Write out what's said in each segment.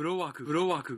ローワークフローワーク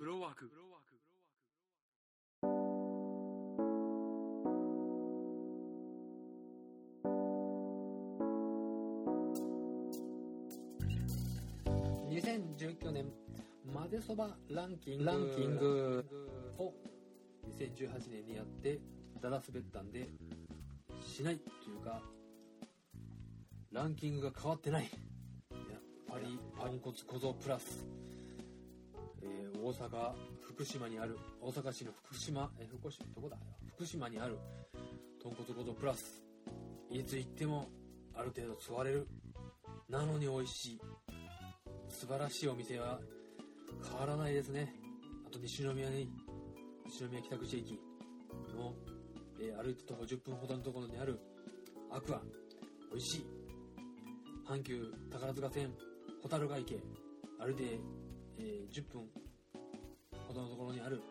2019年混ぜそばランキングを2018年にやってだら滑ったんでしないというか、ランキングが変わってない。やっぱりポンコツ小僧プラス、大阪福島にある、大阪市の福島どこだ福島にある豚骨小僧プラス、いつ行ってもある程度座れる、なのに美味しい素晴らしいお店は変わらないですね。あと西宮北口駅の、歩いて徒歩10分ほどのところにあるアクア、美味しい。阪急宝塚線蛍ヶ池、歩いて、10分ほどのところにある、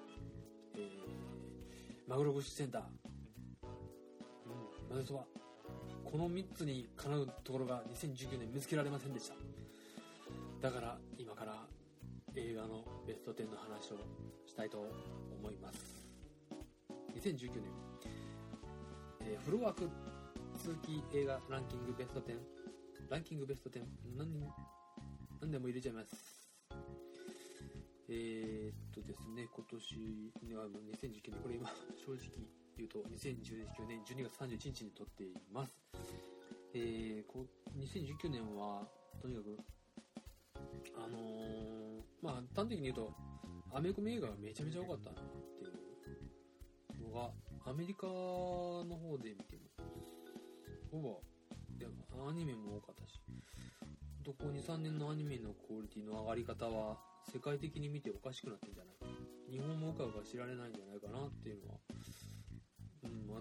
マグロ串センター、混ぜそば、この3つにかなうところが2019年見つけられませんでした。だから今から映画のベスト10の話をしたいと思います。2019年、フロアワーク通期映画ランキングベスト10、何でも入れちゃいます。ですね、今年には2019年、これ今正直言うと2019年12月31日に撮っています。2019年はとにかく端的に言うとアメコミ映画がめちゃめちゃ多かったなっていうのが、アメリカの方で見てもほぼでアニメも多かったし、ここ 2,3 年のアニメのクオリティの上がり方は世界的に見ておかしくなってんじゃないかな、日本もうかうか知られないんじゃないかなっていうのは、あ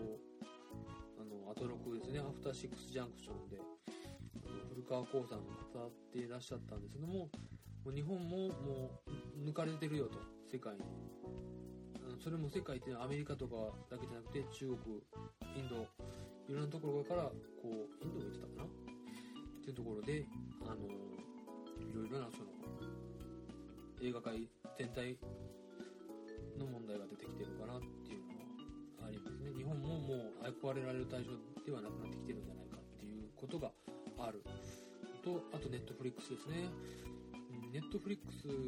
と6ですね、アフターシックスジャンクションで古川光さんが語っていらっしゃったんですけども、日本ももう抜かれてるよと、世界に。それも世界っていうのはアメリカとかだけじゃなくて、中国、インド、いろんなところからこう、インドも言ってたかなっていうところで、いろいろなその映画界全体の問題が出てきてるかなっていうのはありますね。日本ももう憧れられる対象ではなくなってきてるんじゃないかっていうことがあると、あとネットフリックスですね。ネットフリックス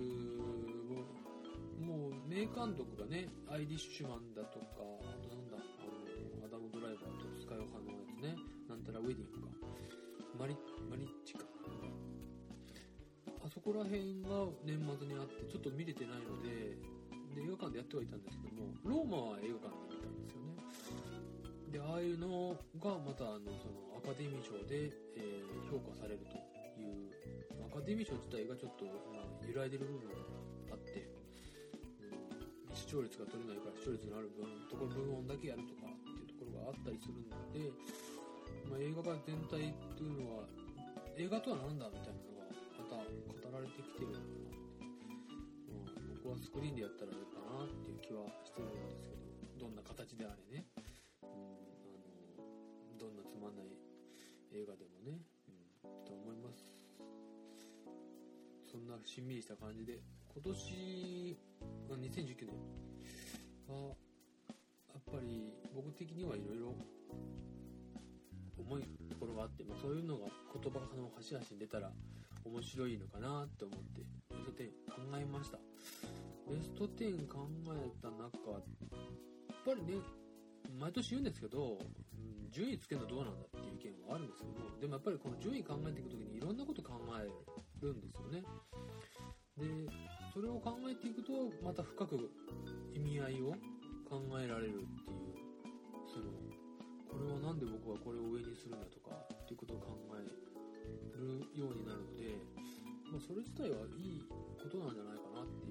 もう名監督がね、アイリッシュマンだとか、あとアダムドライバーとスカイオハのやつね、なんたらウェディングか、マリッチか、あそこら辺が年末にあって、ちょっと見れてないので、映画館でやってはいたんですけども、ローマは映画館で見たんですよね。で、ああいうのがまたそのアカデミー賞で、評価されるという、アカデミー賞自体がちょっと、揺らいでる部分があって、視聴率が取れないから視聴率のある部門だけやるとかっていうところがあったりするので、映画界全体っていうのは、映画とは何だみたいなのがまた語られてきてるのかなって、僕はスクリーンでやったらいいかなっていう気はしてるんですけど、どんな形であれね、どんなつまんない映画でもね、と思います。そんなしんみりした感じで、今年2019年はやっぱり僕的にはいろいろ重いところがあって、そういうのが言葉の端々に出たら面白いのかなって思ってベスト10考えました。ベスト10考えた中、やっぱりね、毎年言うんですけど、順位つけるのどうなんだっていう意見はあるんですけど、でもやっぱりこの順位考えていくときにいろんなこと考えるんですよね。で、それを考えていくとまた深く意味合いを考えられるっていう、これはなんで僕はこれを上にするんだとかっていうことを考えるようになるので、それ自体はいいことなんじゃないかなっていう、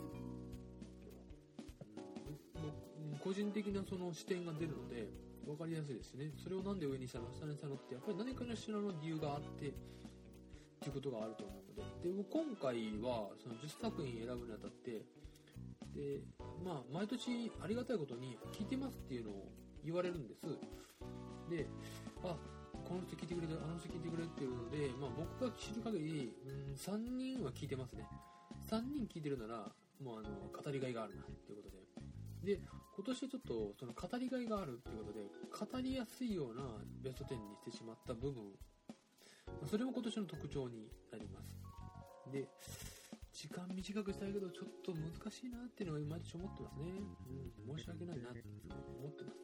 個人的なその視点が出るので分かりやすいですね。それをなんで上にしたの下にしたのって、やっぱり何かしらの理由があってっていうことがあると思うので、今回はその10作品選ぶにあたって、で、毎年ありがたいことに聞いてますっていうのを言われるんです。で、この人聞いてくれてる、あの人聞いてくれてるっていうので、僕が知る限り、3人は聞いてますね。 3人聞いてるならもう語りがいがあるなっていうことで、今年ちょっとその語りがいがあるっていうことで語りやすいようなベスト10にしてしまった部分、それも今年の特徴になります。で、時間短くしたいけどちょっと難しいなっていうのは毎日思ってますね。申し訳ないなって思ってます。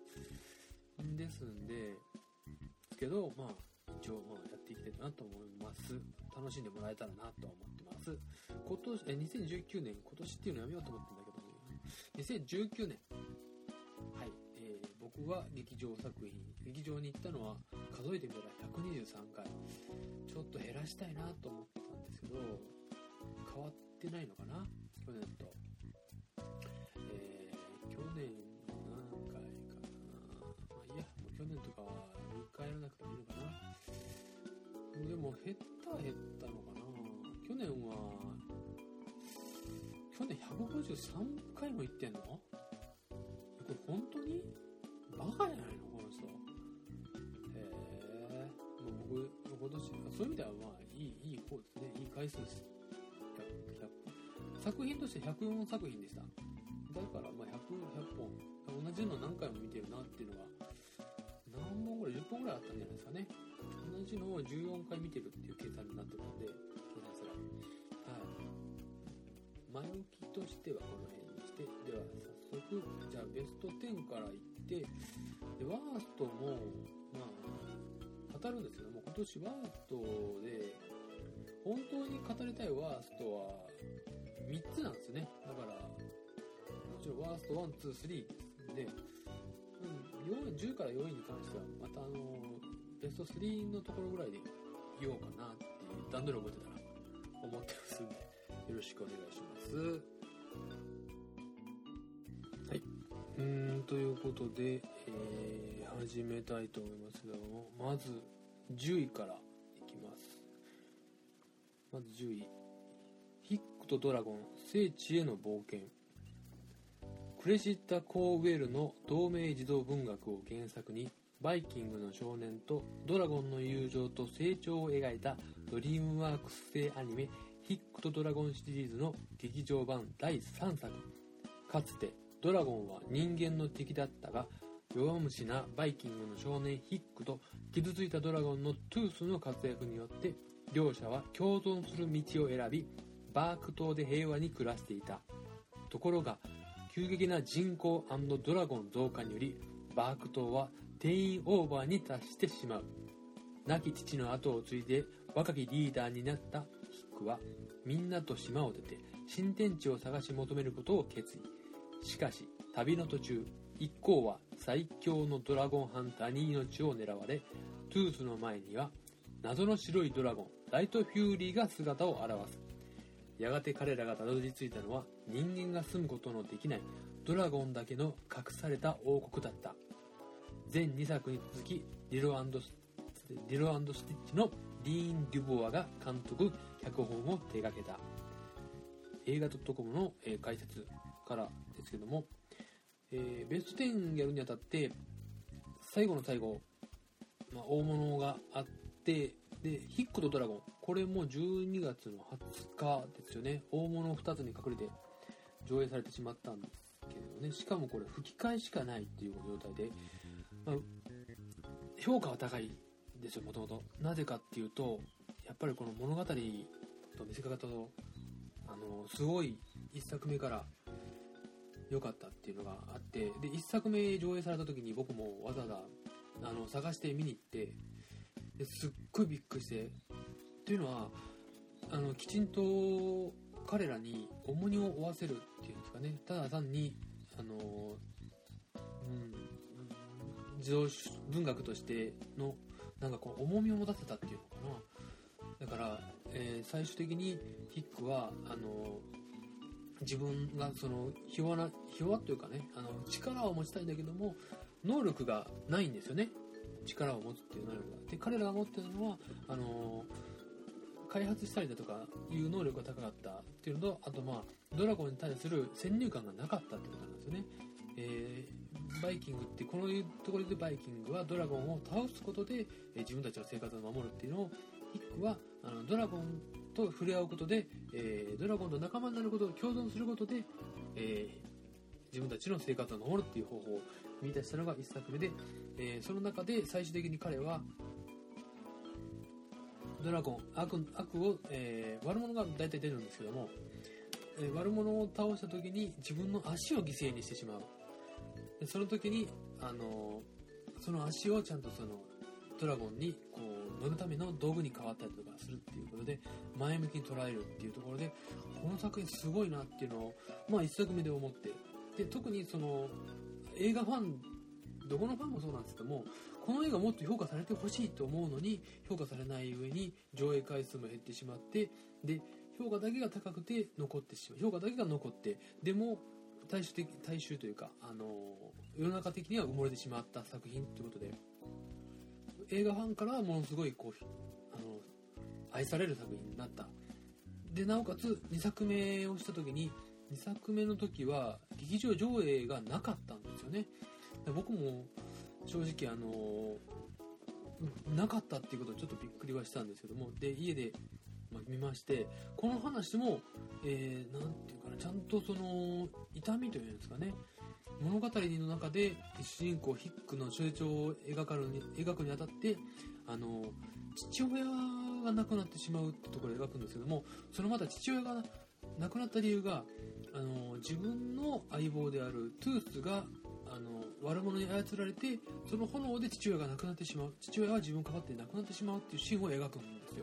ですんですけど、一応やっていきたいなと思います。楽しんでもらえたらなと思ってます。2019年、今年っていうのやめようと思ってんだけどね。2019年、はい、僕は劇場に行ったのは数えてみたら123回。ちょっと減らしたいなと思ってたんですけど、変わってないのかな、去年と。去年何回かな。いや、もう去年とかは2回やらなくてもいいのかな。でも減ったのかな。去年153回も行ってんの？これ本当にバカじゃないのこの人。もう僕今年そういう意味ではいい方ですね。いい回数です。作品として104作品でした。だから100本同じの何回も見てるなっていうのが何本ぐらい10本ぐらいあったんじゃないですかね。同じのを14回見てるっていう計算になってたんで、前置きとしてはこの辺にして、では早速じゃあベスト10からいって、でワーストも語るんですけども、今年ワーストで本当に語りたいワーストは3つなんですね。だからもちろんワースト1、2、3で、10から4位に関してはまたベスト3のところぐらいで言おうかなっていう段取りを覚えてたら思ってますんで、よろしくお願いします。はい。ということで、始めたいと思いますけども、まず10位からいきます。まず10位。ヒックとドラゴン、聖地への冒険。クレジッタ・コーウェルの同名児童文学を原作に、バイキングの少年とドラゴンの友情と成長を描いたドリームワークス製アニメヒックとドラゴンシリーズの劇場版第3作。かつてドラゴンは人間の敵だったが、弱虫なバイキングの少年ヒックと傷ついたドラゴンのトゥースの活躍によって両者は共存する道を選び、バーク島で平和に暮らしていた。ところが急激な人口&ドラゴン増加によりバーク島は定員オーバーに達してしまう。亡き父の後を継いで若きリーダーになったヒックはみんなと島を出て新天地を探し求めることを決意。しかし旅の途中、一行は最強のドラゴンハンターに命を狙われ、トゥースの前には謎の白いドラゴンライトフューリーが姿を現す。やがて彼らがたどり着いたのは人間が住むことのできないドラゴンだけの隠された王国だった。全2作に続きリロ&スティッチのディーン・デュボアが監督・脚本を手掛けた。映画 .com の解説からですけども、ベスト10やるにあたって最後の最後、大物があって、でヒックとドラゴン、これも12月の20日ですよね。大物2つに隠れて上映されてしまったんですけれどね。しかもこれ吹き替えしかないっていう状態で、評価は高いですよ、もともと。なぜかっていうと、やっぱりこの物語と見せ方とすごい1作目から良かったっていうのがあって、で1作目上映された時に僕もわざわざ探して見に行って、ですっごいびっくりして、っていうのはきちんと彼らに重荷を負わせるっていうんですかね。ただ単に児童文学としてのなんかこう重みを持たせたっていうのかな。だから、最終的にヒックは自分がそのひ弱というかね、力を持ちたいんだけども能力がないんですよね。力を持つっていう能力が。で彼らが持ってるのは開発したりだとかいう能力が高かったっていうのと、あとドラゴンに対する先入観がなかったってことなんですよね。バイキングってこのところでバイキングはドラゴンを倒すことで、自分たちの生活を守るっていうのをヒックはドラゴンと触れ合うことで、ドラゴンと仲間になること、共存することで、自分たちの生活を守るっていう方法を見出したのが1作目で、その中で最終的に彼はドラゴン、悪を、悪者が大体出るんですけども、悪者を倒した時に自分の足を犠牲にしてしまう。でその時にその足をちゃんとそのドラゴンにこう乗るための道具に変わったりとかするっていうことで前向きに捉えるっていうところで、この作品すごいなっていうのを1作目で思って、で特にその映画ファン、どこのファンもそうなんですけども、この映画もっと評価されてほしいと思うのに評価されない上に上映回数も減ってしまって、で評価だけが高くて残ってしまう、評価だけが残って、でも大衆というか世の中的には埋もれてしまった作品ということで、映画ファンからはものすごいこう愛される作品になった。でなおかつ2作目をした時に、2作目の時は劇場上映がなかったんですよね。で僕も正直なかったっていうことはちょっとびっくりはしたんですけども、で家で見まして、この話もなんていうかな、ちゃんとその痛みというんですかね、物語の中で主人公ヒックの成長を描くにあたって、父親が亡くなってしまうってところを描くんですけども、そのまた父親が亡くなった理由が自分の相棒であるトゥースが悪者に操られて、その炎で父親が亡くなってしまう、父親は自分をかばって亡くなってしまうっていうシーンを描くんですよ。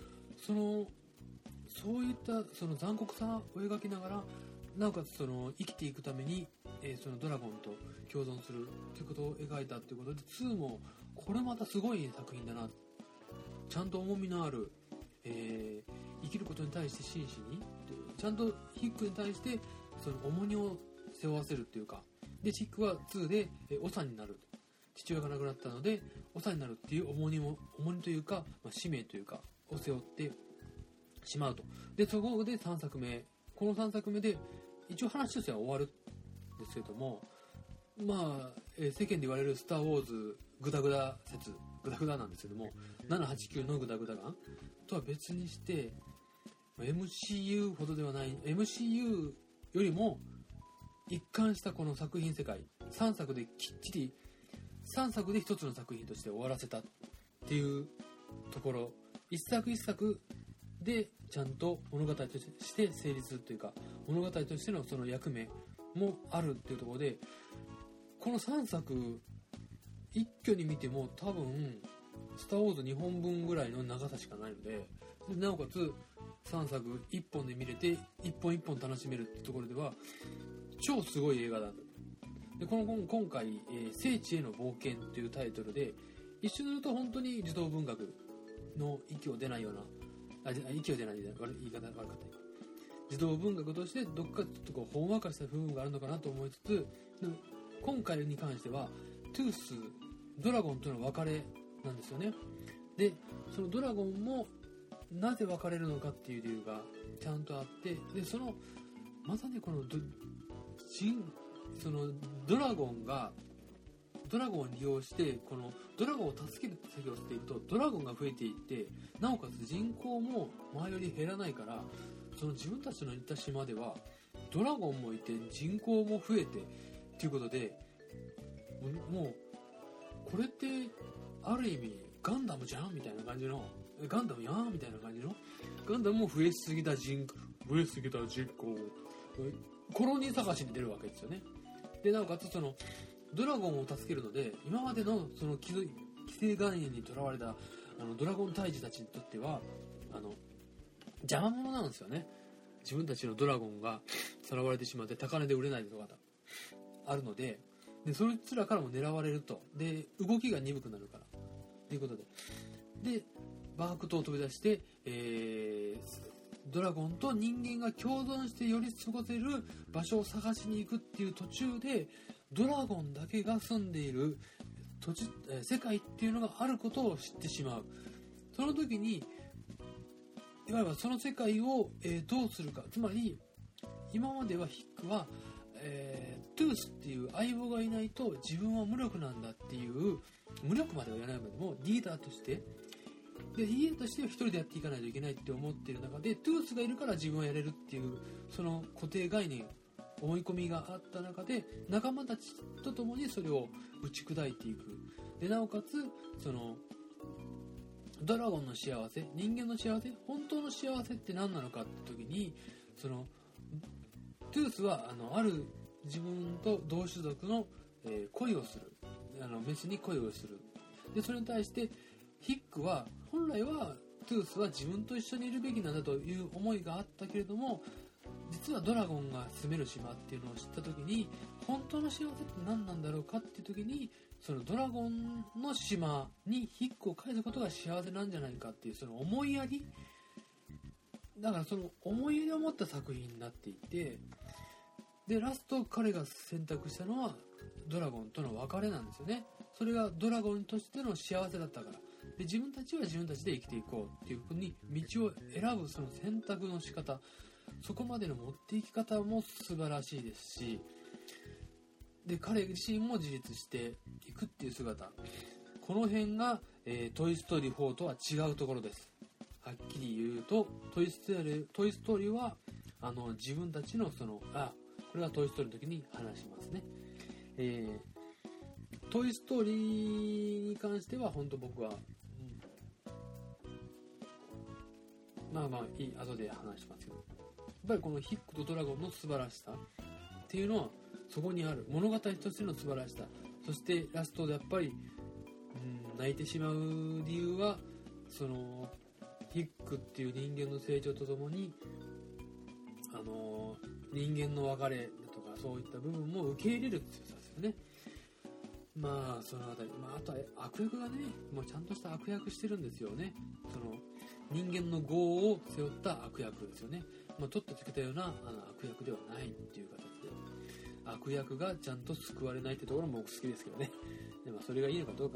そういったその残酷さを描きながら、なおかつその生きていくために、そのドラゴンと共存するということを描いたということで、2もこれまたすごい作品だな、ちゃんと重みのある、生きることに対して真摯にちゃんとヒックに対してその重荷を背負わせるっていうか、でヒックは2で長になる、父親が亡くなったので長になるっていう重荷というか、使命というかを背負ってしまうと。でそこで3作目、この3作目で一応話としては終わるんですけども、世間で言われるスターウォーズグダグダ説、グダグダなんですけども、789のグダグダ感とは別にして、MCU ほどではない、 MCU よりも一貫したこの作品世界、3作できっちり3作で一つの作品として終わらせたっていうところ、一作一作でちゃんと物語として成立というか、物語としてのその役目もあるっていうところで、この3作一挙に見ても多分スターウォーズ2本分ぐらいの長さしかないので、なおかつ3作1本で見れて1本1本楽しめるってところでは超すごい映画だ。で今回、聖地への冒険というタイトルで、一緒に言うと本当に児童文学の息を出ないような、息を出ない言い方悪かった。児童文学としてどっかちょっとこうほんわかした部分があるのかなと思いつつ、今回に関してはトゥース、ドラゴンとの別れなんですよね。でそのドラゴンもなぜ別れるのかっていう理由がちゃんとあって、でそのまさにこのそのドラゴンを利用してこのドラゴンを助ける作業をしていくと、ドラゴンが増えていって、なおかつ人口も前より減らないから、その自分たちの行った島ではドラゴンもいて人口も増えてっていうことで、もうこれってある意味ガンダムじゃんみたいな感じの、ガンダムやんみたいな感じの、ガンダムも増えすぎた人口、コロニー探しに出るわけですよね。でなおかつそのドラゴンを助けるので、今までのその既成概念にとらわれたドラゴン退治たちにとっては邪魔者なんですよね。自分たちのドラゴンがさらわれてしまって高値で売れないとかあるので、そいつらからも狙われると。で動きが鈍くなるからということでバーク島を飛び出して、ドラゴンと人間が共存してより過ごせる場所を探しに行くっていう途中で、ドラゴンだけが住んでいる世界っていうのがあることを知ってしまう。その時にいわゆるその世界を、どうするか、つまり今まではヒックは、トゥースっていう相棒がいないと自分は無力なんだっていう、無力までは言わないけどもリーダーとしてで家としては一人でやっていかないといけないって思っている中でトゥースがいるから自分はやれるっていうその固定概念思い込みがあった中で仲間たちと共にそれを打ち砕いていく。でなおかつそのドラゴンの幸せ、人間の幸せ、本当の幸せって何なのかって時にそのトゥースはある自分と同種族の、恋をするメスに恋をする。でそれに対してヒックは本来はトゥースは自分と一緒にいるべきなんだという思いがあったけれども、実はドラゴンが住める島っていうのを知った時に本当の幸せって何なんだろうかっていう時にそのドラゴンの島にヒックを返すことが幸せなんじゃないかっていうその思いやりだからその思いやりを持った作品になっていて、でラスト彼が選択したのはドラゴンとの別れなんですよね。それがドラゴンとしての幸せだったから。で自分たちは自分たちで生きていこうっていうふうに道を選ぶその選択の仕方、そこまでの持っていき方も素晴らしいですし、で彼自身も自立していくっていう姿、この辺が、トイストーリー4とは違うところです。はっきり言うとトイストーリーは自分たちのそのこれはトイストーリーの時に話しますね。トイストーリーに関しては本当僕は、まあいい後で話しますけど、やっぱりこのヒックとドラゴンの素晴らしさっていうのはそこにある。物語としての素晴らしさ、そしてラストでやっぱり、泣いてしまう理由はそのヒックっていう人間の成長とともに人間の別れとかそういった部分も受け入れるっていうさですよね。まあそのあたり、あとは悪役がねもうちゃんとした悪役してるんですよね。その人間の業を背負った悪役ですよね。ちょっとつけたような悪役ではないっていう形で、悪役がちゃんと救われないってところも僕好きですけどね。でそれがいいのかどうか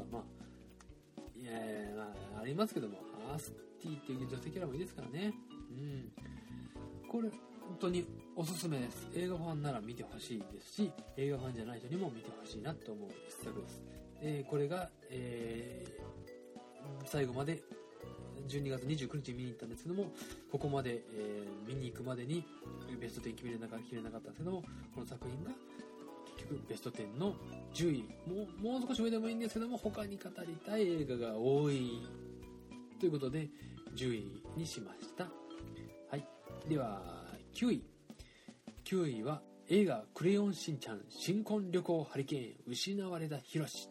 ありますけども、アースティっていう女性キャラもいいですからね。これ本当におすすめです。映画ファンなら見てほしいですし、映画ファンじゃない人にも見てほしいなと思う一作です。これが、最後まで12月29日に見に行ったんですけども、ここまで、見に行くまでにベスト10決めれなかったんですけども、この作品が結局ベスト10の10位、もう少し上でもいいんですけども、他に語りたい映画が多いということで10位にしました。はい、では9位は映画クレヨンしんちゃん新婚旅行ハリケーン失われたヒロシ。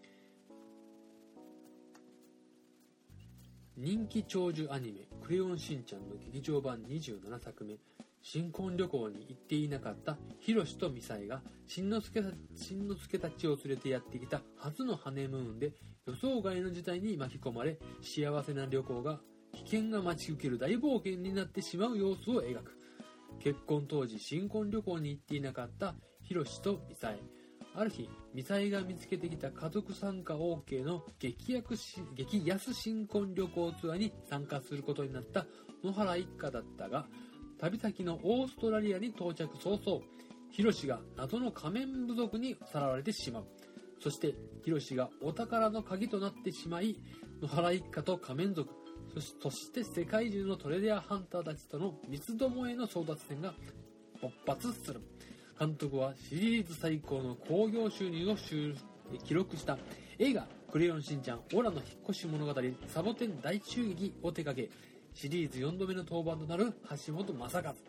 人気長寿アニメクレヨンしんちゃんの劇場版27作目、新婚旅行に行っていなかったヒロシとミサイがしんのすけたちを連れてやってきた初のハネムーンで予想外の事態に巻き込まれ、幸せな旅行が危険が待ち受ける大冒険になってしまう様子を描く。結婚当時新婚旅行に行っていなかったヒロシとミサイ。ある日ミサイが見つけてきた家族参加 OK の激安新婚旅行ツアーに参加することになった野原一家だったが、旅先のオーストラリアに到着早々ヒロシが謎の仮面部族にさらわれてしまう。そしてヒロシがお宝の鍵となってしまい、野原一家と仮面族、そして世界中のトレジャーハンターたちとの三つどもえの争奪戦が勃発する。監督はシリーズ最高の興行収入を記録した映画クレヨンしんちゃんオラの引っ越し物語サボテン大襲撃を手掛け、シリーズ4度目の登板となる橋本正和。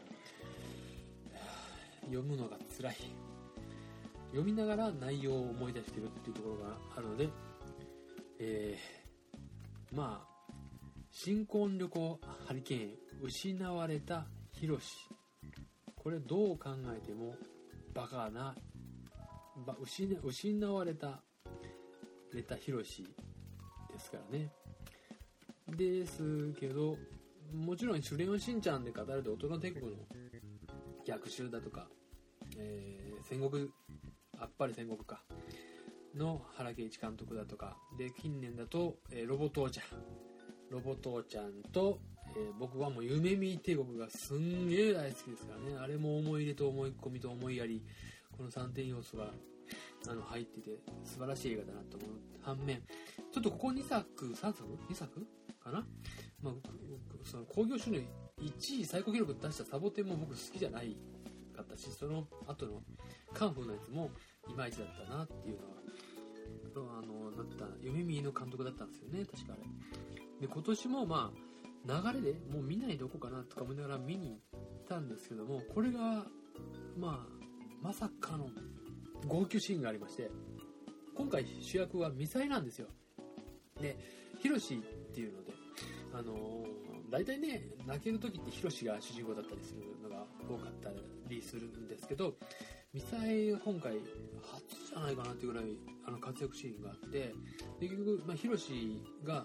読むのが辛い。読みながら内容を思い出しているっていうところがあるので、新婚旅行ハリケーン失われたヒロシ、これどう考えてもバカな失われたヒロシですからね。ですけどもちろんクレヨンしんちゃんで語られる大人帝国の逆襲だとか、戦国あっぱれ戦国かの原敬一監督だとかで、近年だと、ロボ父ちゃんと、僕はもう夢見帝国がすんげえ大好きですからね。あれも思い入れと思い込みと思いやり、この3点要素が入ってて素晴らしい映画だなと思う反面、ちょっとここ2作かな、まあ、その興行収入1位最高記録出したサボテンも僕好きじゃないかったし、その後のカンフーのやつもいまいちだったなっていうのは夢見の監督だったんですよね、確かあれで。今年もまあ流れでもう見ないでおこうかなとか思いながら見に行ったんですけども、これがまさかの号泣シーンがありまして、今回主役はミサイなんですよ。でヒロシっていうので、大体ね泣ける時ってヒロシが主人公だったりするのが多かったりするんですけど、ミサイが今回初じゃないかなっていうぐらい活躍シーンがあって、で結局、ヒロシが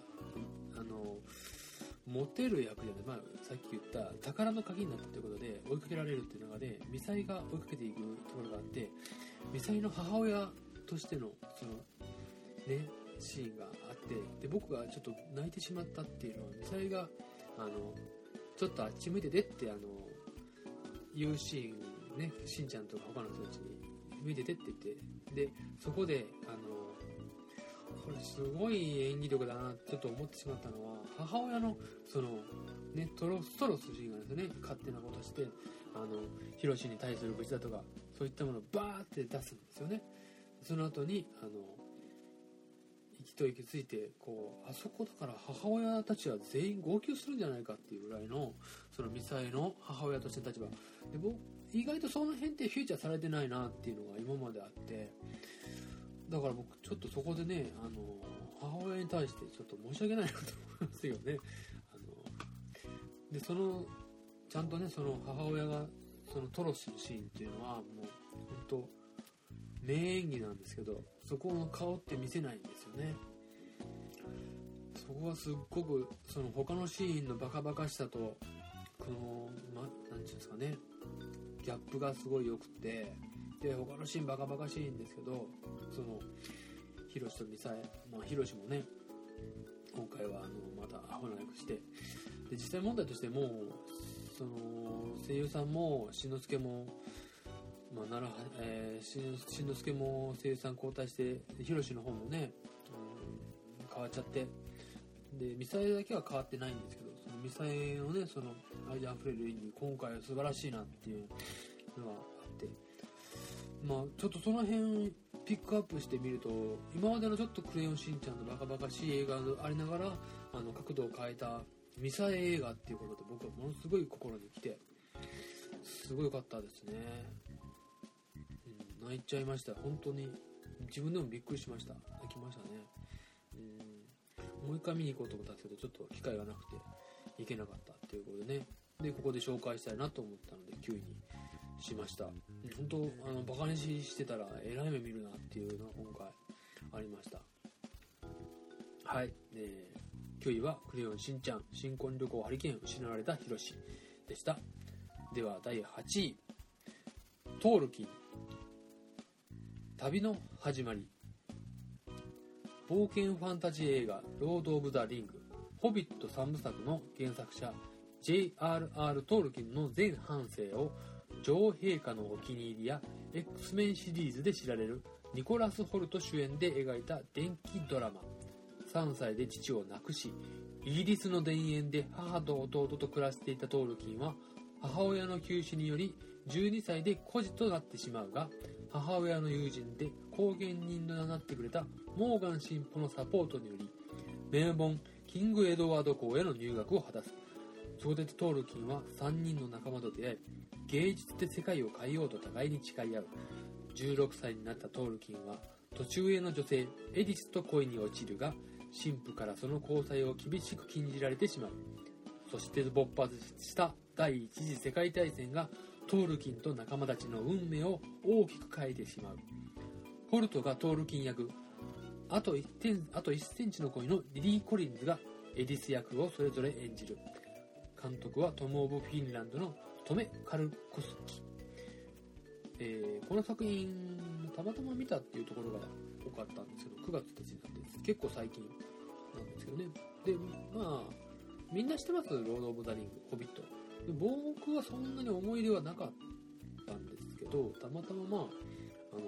モテる役で、さっき言った宝の鍵になったということで追いかけられるっていう中でミサイが追いかけていくところがあって、ミサイの母親としてのそのねシーンがあって、で僕がちょっと泣いてしまったっていうのは、ミサイがちょっとあっち向いててって言うシーンね、しんちゃんとか他の人たちに向いててって言って、でそこでこれすごい演技力だなってちょっと思ってしまったのは、母親のそのねストロスシーンがですね、勝手なことしてヒロシに対する愚痴だとかそういったものをバーって出すんですよね。その後に息と息ついてあそこだから母親たちは全員号泣するんじゃないかっていうぐらいのそのミサイの母親としての立場で、僕意外とその辺ってフィーチャーされてないなっていうのが今まであって、だから僕ちょっとそこでね母親に対してちょっと申し訳ないなと思いますよね。でちゃんとねその母親がそのトロするシーンっていうのはもう本当名演技なんですけど、そこの顔って見せないんですよね。そこはすっごくその他のシーンのバカバカしさとなんていうんですかね、ギャップがすごい良くて、で他のシーンバカバカしいんですけど、そのヒロシとミサイ、ヒロシもね今回はまたアホな役して、で実際問題としてもその声優さんもしんのすけもしんのすけも声優さん交代して、ヒロシの方もね、変わっちゃって、でミサイだけは変わってないんですけど、そのミサイのねその愛情あふれる演技今回は素晴らしいなっていうのがあって、ちょっとその辺ピックアップしてみると、今までのちょっとクレヨンしんちゃんのバカバカしい映画がありながら角度を変えたミサイ映画っていうことで、僕はものすごい心に来てすごい良かったですね。泣いちゃいました。本当に自分でもびっくりしました。泣きましたね。もう一回見に行こうと思ったんですけど、ちょっと機会がなくて行けなかったっていうことでね、でここで紹介したいなと思ったので9位にしました。本当バカにしてたらえらい目見るなっていうのが今回ありました。はい、9位はクレヨンしんちゃん新婚旅行ハリケーン失われたヒロシでした。では第8位、トールキン旅の始まり。冒険ファンタジー映画ロード・オブ・ザ・リング、ホビット3部作の原作者 J.R.R. トールキンの全半生を女王陛下のお気に入りや X メンシリーズで知られるニコラス・ホルト主演で描いた電気ドラマ。3歳で父を亡くし、イギリスの田園で母と弟と暮らしていたトールキンは母親の急死により12歳で孤児となってしまうが、母親の友人で後見人と名乗ってくれたモーガン神父のサポートにより名門キングエドワード校への入学を果たす。そこでトールキンは3人の仲間と出会い、芸術で世界を変えようと互いに誓い合う。16歳になったトールキンは年上の女性エディスと恋に落ちるが、神父からその交際を厳しく禁じられてしまう。そして勃発した第一次世界大戦がトールキンと仲間たちの運命を大きく変えてしまう。ホルトがトールキン役、あと1センチの恋のリリー・コリンズがエディス役をそれぞれ演じる。監督はトム・オブ・フィンランドのトメ・カルコスキ。この作品たまたま見たっていうところが多かったんですけど、9月1日なんです。結構最近なんですけどね。でみんな知ってます？ロード・オブ・ザ・リング、ホビット。で僕はそんなに思い入れはなかったんですけど、たまたま面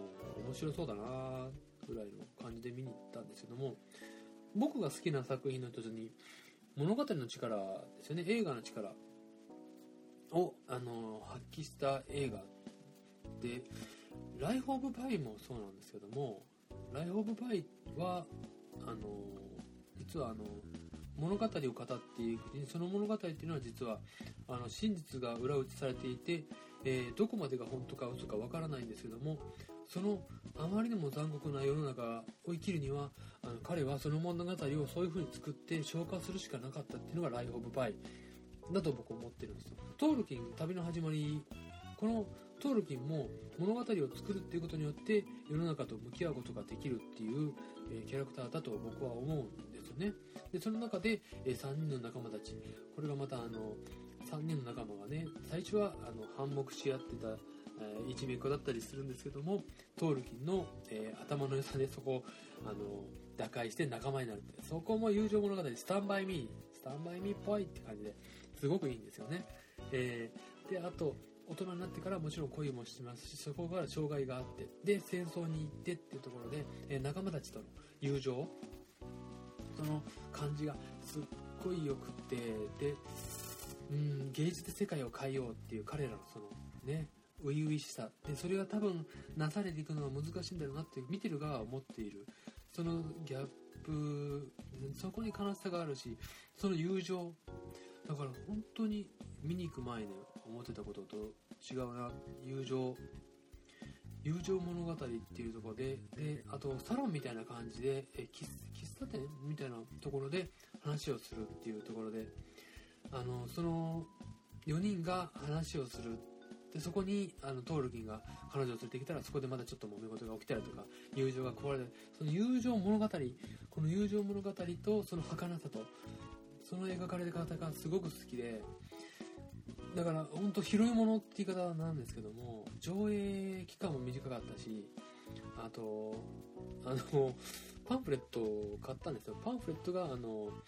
面白そうだなぐらいの感じで見に行ったんですけども、僕が好きな作品の一つに物語の力ですよね、映画の力を発揮した映画で、ライフ・オブ・パイもそうなんですけども、ライフ・オブ・パイは実は物語を語っていく、その物語っていうのは実は真実が裏打ちされていて、どこまでが本当か嘘かわからないんですけども、そのあまりにも残酷な世の中を生きるには彼はその物語をそういう風に作って消化するしかなかったっていうのがライフ・オブ・パイだと僕は思ってるんですよ。トールキン旅の始まり、このトールキンも物語を作るっていうことによって世の中と向き合うことができるっていう、キャラクターだと僕は思うんですよね。でその中で、3人の仲間たち、これがまた3人の仲間がね、最初は反目し合ってた一面子だったりするんですけども、トールキンの、頭の良さでそこを打開して仲間になるって、そこも友情物語、スタンバイミーっぽいって感じですごくいいんですよね。であと大人になってからもちろん恋もしてますし、そこから障害があって、で戦争に行ってっていうところで、仲間たちとの友情、その感じがすっごいよくって、で芸術で世界を変えようっていう彼らのそのね初々しさで、それが多分なされていくのは難しいんだろうなって見てる側は思っている、そのギャップ、そこに悲しさがあるし、その友情だから本当に見に行く前に思ってたことと違うな。友情物語っていうところで、あとサロンみたいな感じで喫茶店みたいなところで話をするっていうところで、その4人が話をする。でそこにトールキンが彼女を連れてきたら、そこでまだちょっと揉め事が起きたりとか、友情が壊れる、その友情物語、この友情物語とその儚さとその描かれ方がすごく好きで、だから本当広いものって言い方なんですけども、上映期間も短かったし、あとパンフレットを買ったんですよ。パンフレットが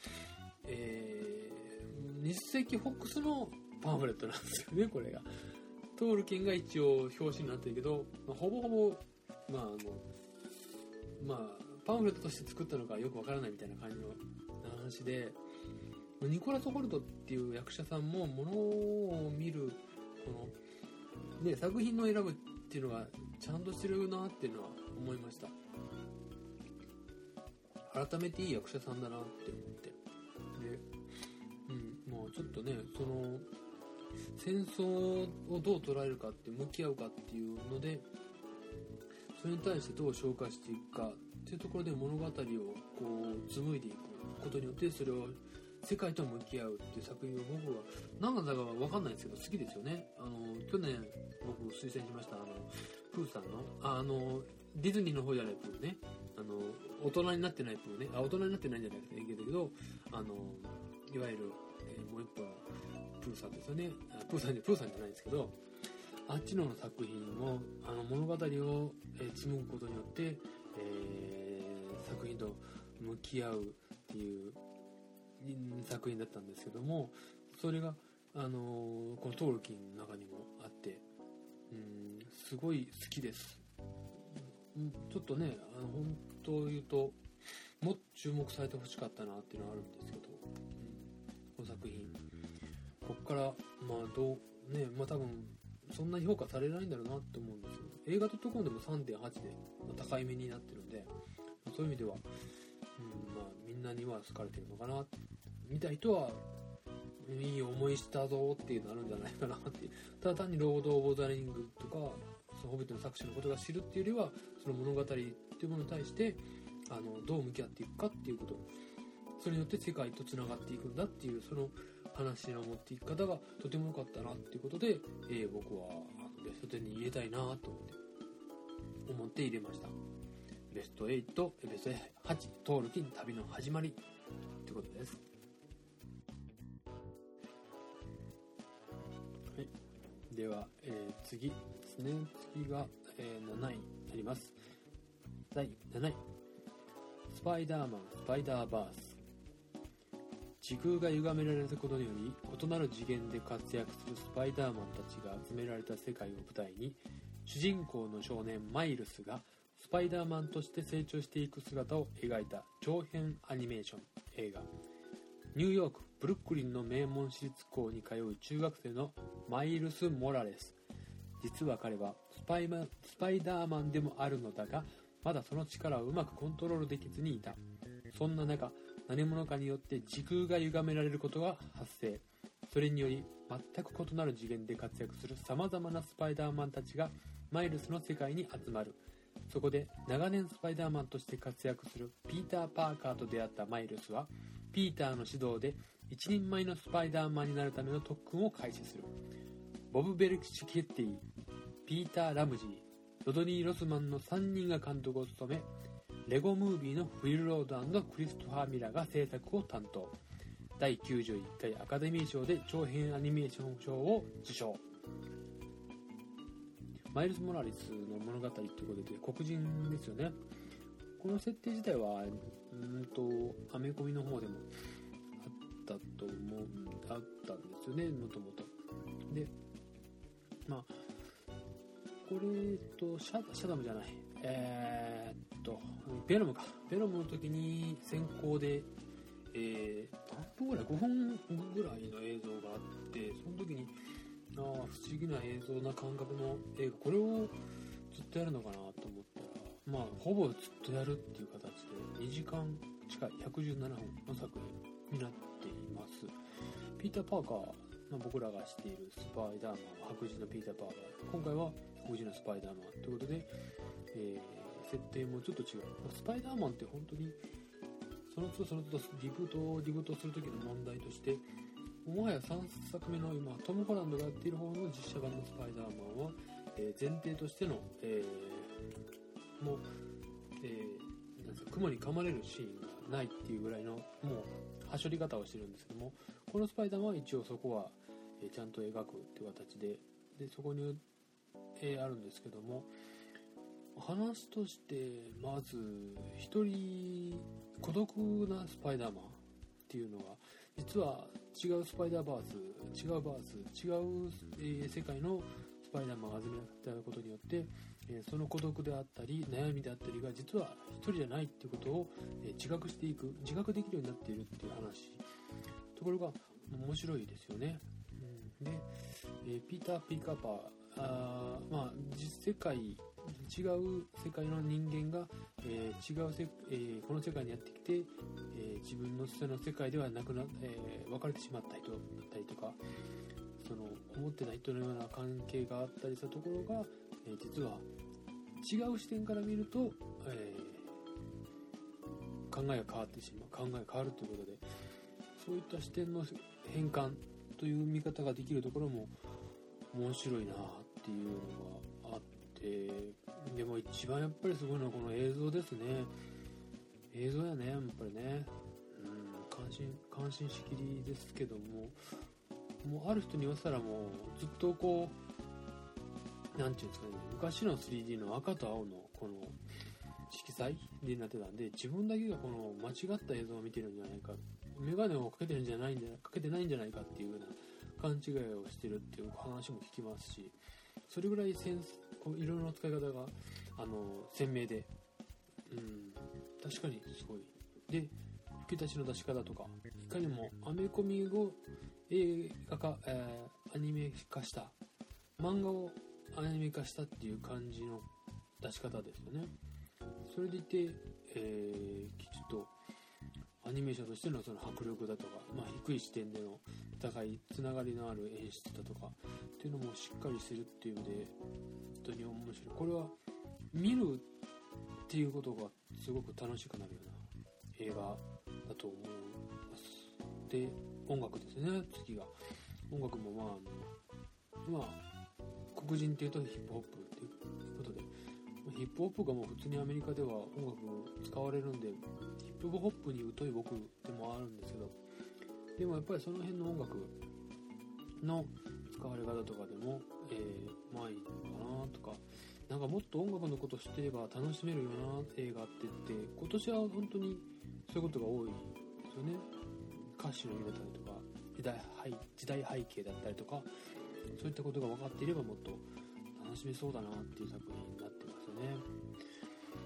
20世紀フォックスのパンフレットなんですよね。これがトールキンが一応表紙になってるけど、ほぼほぼパンフレットとして作ったのかよくわからないみたいな感じの話で、ニコラス・ホルトっていう役者さんもものを見るこの、ね、作品の選ぶっていうのがちゃんとしてるなっていうのは思いました。改めていい役者さんだなって思って、で、もうちょっとね、その戦争をどう捉えるかって向き合うかっていうので、それに対してどう消化していくかっていうところで物語をこう紡いでいくことによって、それを世界と向き合うっていう作品を僕は何だか分かんないんですけど好きですよね。去年僕推薦しましたプーさんのディズニーの方じゃないプーね、大人になってないプーね、大人になってないんじゃないけどいわゆる、もう一本プーさんですよね。プーさんじゃないですけど、あっちの作品も物語を紡ぐことによって、作品と向き合うっていう作品だったんですけども、それがこのトールキンの中にもあって、すごい好きです。ちょっとね、本当を言うともっと注目されてほしかったなっていうのはあるんですけど、この作品ここから多分そんなに評価されないんだろうなって思うんですよ。映画.comでも 3.8 で高いめになってるんで、そういう意味では、みんなには好かれてるのかな、見た人はいい思いしたぞっていうのあるんじゃないかなって。ただ単にロード・オブ・ザ・リングとかそのホビットの作者のことが知るっていうよりは、その物語っていうものに対してどう向き合っていくかっていうこと、それによって世界とつながっていくんだっていう、その話の持っていき方がとても良かったなっていうことで、僕はベスト10に入れたいなと思って入れました。ベスト8、ベスト8、トールキン旅の始まりってことです。はい、では、次ですね。次が、7位になります。第7位、スパイダーマンスパイダーバース。時空が歪められたことにより異なる次元で活躍するスパイダーマンたちが集められた世界を舞台に、主人公の少年マイルスがスパイダーマンとして成長していく姿を描いた長編アニメーション映画。ニューヨークブルックリンの名門私立校に通う中学生のマイルス・モラレス。実は彼はスパイダーマンでもあるのだが、まだその力をうまくコントロールできずにいた。そんな中、何者かによって時空が歪められることが発生。それにより全く異なる次元で活躍するさまざまなスパイダーマンたちがマイルスの世界に集まる。そこで長年スパイダーマンとして活躍するピーター・パーカーと出会ったマイルスは、ピーターの指導で一人前のスパイダーマンになるための特訓を開始する。ボブ・ベルキシケッティ、ピーター・ラムジー、ロドニー・ロスマンの3人が監督を務め、レゴムービーのフィル・ロード&クリストファー・ミラーが制作を担当。第91回アカデミー賞で長編アニメーション賞を受賞。マイルス・モラリスの物語ということで黒人ですよね。この設定自体はアメコミの方でもあったんですよね、もともと。で、まあこれとシャダムじゃない、ベノムの時に先行で、何分ぐらい、5分ぐらいの映像があって、その時に不思議な映像な感覚の映画、これをずっとやるのかなと思ったら、ほぼずっとやるっていう形で2時間近い117分の作品になっています。ピーター・パーカー、僕らが知っているスパイダーマン、白人のピーター・パーカー、今回は黒人のスパイダーマンということで、設定もちょっと違う。スパイダーマンって本当にその都度リブートする時の問題として、もはや3作目の今トム・ホランドがやっている方の実写版のスパイダーマンは、前提としての、もう、雲に噛まれるシーンがないっていうぐらいのもうはしょり方をしてるんですけども、このスパイダーマンは一応そこは、ちゃんと描くっていう形でそこに、あるんですけども、話としてまず一人孤独なスパイダーマンっていうのが、実は違うスパイダーバース、違う、世界のスパイダーマンが集められたことによって、その孤独であったり悩みであったりが実は一人じゃないっていうことを、自覚できるようになっているっていう話、ところが面白いですよね。で、ピーター・パー実世界、違う世界の人間が、この世界にやってきて、自分のその世界ではなくな、別れてしまった人だったりとか、その思ってない人のような関係があったりしたところが、実は違う視点から見ると、考えが変わるということで、そういった視点の変換という見方ができるところも面白いなっていうのがあって、でも一番やっぱりすごいのはこの映像ですね。映像やね、やっぱりね、感心しきりですけども、もうある人に言わせたら、もうずっとこうなんていうんですかね、昔の 3D の赤と青のこの色彩になってたんで、自分だけがこの間違った映像を見てるんじゃないか、メガネをかけてないんじゃないかっていうような勘違いをしてるっていう話も聞きますし、それぐらい色の使い方が鮮明で、確かにすごい。で、吹き出しの出し方とか、いかにもアメコミを映画化、アニメ化した、漫画をアニメ化したっていう感じの出し方ですよね。それでいて、きちっとアニメーションとしてのその迫力だとか、低い視点での高いつながりのある演出だとかっていうのもしっかりしてるっていうので、本当に面白い。これは見るっていうことがすごく楽しくなるような映画だと思います。で、音楽ですね。次が音楽も黒人っていうとヒップホップっていうことで、ヒップホップがもう普通にアメリカでは音楽使われるんで、ヒップホップに疎い僕でもあるんですけど、でもやっぱりその辺の音楽の使われ方とかでも、いいのかなとか、なんかもっと音楽のことを知ってれば楽しめるような映画って言って、今年は本当にそういうことが多いですよね。歌詞の入れたりとか、時代背景だったりとか、そういったことが分かっていればもっと楽しめそうだなっていう作品になってますよね。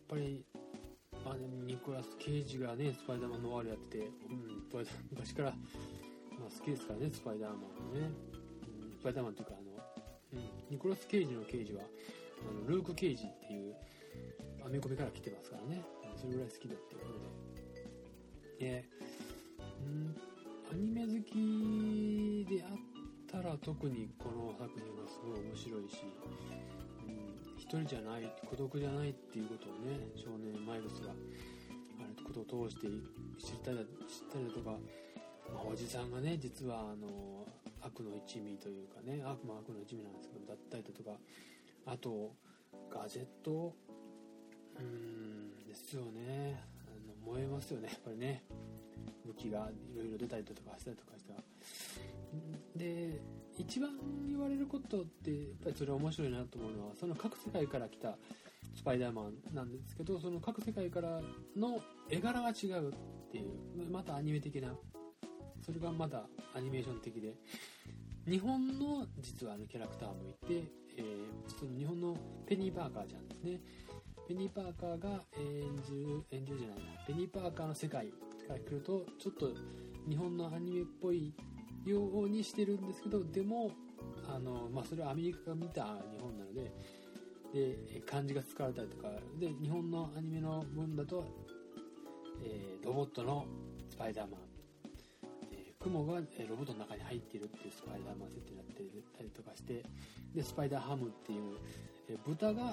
ぱりニコラス・ケイジがねスパイダーマンの終わりやってて、昔から、好きですからねスパイダーマンはね、スパイダーマンというかニコラス・ケイジのケイジはルーク・ケイジっていうアメコミから来てますからね、それぐらい好きだっていうことで、アニメ好きであったら特にこの作品はすごい面白いし、一人じゃない、孤独じゃないっていうことをね、少年マイルスがあれことを通して知ったりだとか、おじさんがね実は悪の一味というかね、悪の一味なんですけどだったりだとか、あとガジェットですよね、燃えますよねやっぱりね、武器がいろいろ出たりだとかしたりとかして、で一番言われることってやっぱりそれ面白いなと思うのは、その各世界から来たスパイダーマンなんですけど、その各世界からの絵柄が違うっていう、またアニメ的な、それがまたアニメーション的で、日本の実はキャラクターもいて、その日本のペニー・パーカーちゃんですね、ペニー・パーカーが演じるじゃないな、ペニー・パーカーの世界から来るとちょっと日本のアニメっぽいようにしてるんですけど、でもそれはアメリカが見た日本なので、漢字が使われたりとかで、日本のアニメの分だと、ロボットのスパイダーマン、雲がロボットの中に入っているっていうスパイダーマン設定になってたりとかして、でスパイダーハムっていう、豚が、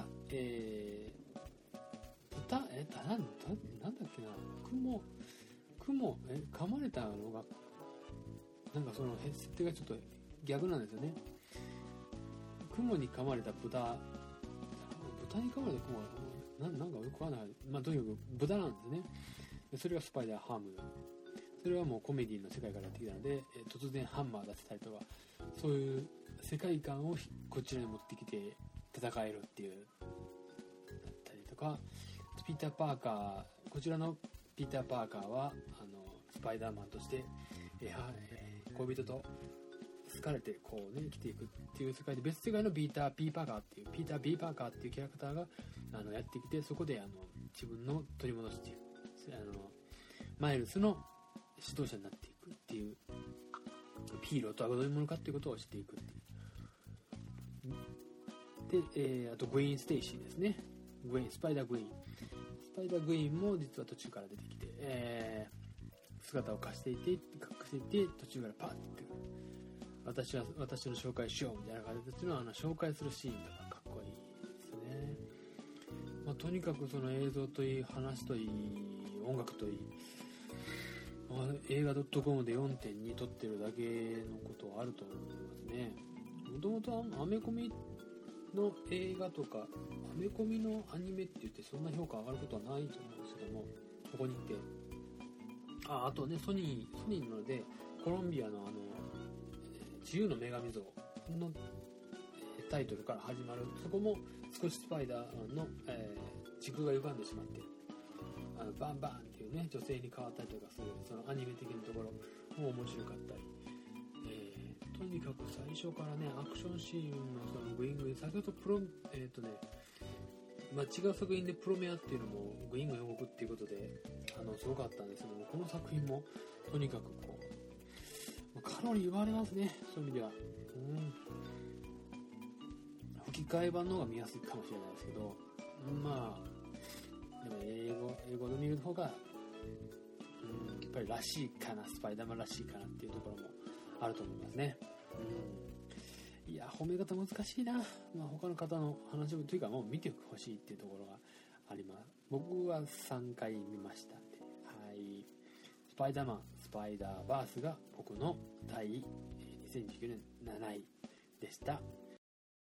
なんだっけな、雲噛まれたのがなんかその設定がちょっと逆なんですよね。雲に噛まれた豚に噛まれた雲はなんかよくわからない、とにかく豚なんですね。でそれがスパイダーハム、それはもうコメディの世界からやってきたので、突然ハンマー出せたりとか、そういう世界観をこちらに持ってきて戦えるっていうだったりとか、ピーター・パーカー、こちらのピーター・パーカーはスパイダーマンとして、恋人と好かれてこうね生きていくっていう世界で、別世界のピーター・B・パーカーっていうキャラクターがやってきて、そこで自分の取り戻していく、マイルスの指導者になっていくっていう、ヒーローとはどういうものかっていうことを知っていくっていう。で、あとグイーン・ステイシーですね、スパイダーグイーンも実は途中から出てきて、姿を隠していて途中からパッて私の紹介しようみたいな形の紹介するシーンとかかっこいいですね。とにかくその映像といい、話といい、音楽といい、映画 .com で 4.2 撮ってるだけのことはあると思いますね。もともとアメコミの映画とかアメコミのアニメって言ってそんな評価上がることはないと思うんですけども、ここに来てあとね、ソニーなのでコロンビアの自由の女神像のタイトルから始まる、そこも少しスパイダーの時空が歪んでしまって、バンバンっていうね女性に変わったりとかする、そのアニメ的なところも面白かったり、とにかく最初からねアクションシーンのそのグイングイン、先ほど違う作品でプロメアっていうのもグイングイン動くっていうことですごかったんですけども、この作品もとにかくこうカロリー奪われますね、そういう意味では。吹き替え版の方が見やすいかもしれないですけど、でも英語で見る方がやっぱりらしいかな、スパイダーマンらしいかなっていうところもあると思いますね。いや褒め方難しいな、他の方の話をというかもう見てほしいっていうところがあります。僕は3回見ましたんで、はい、スパイダーマンスパイダーバースが僕の第2019年7位でした。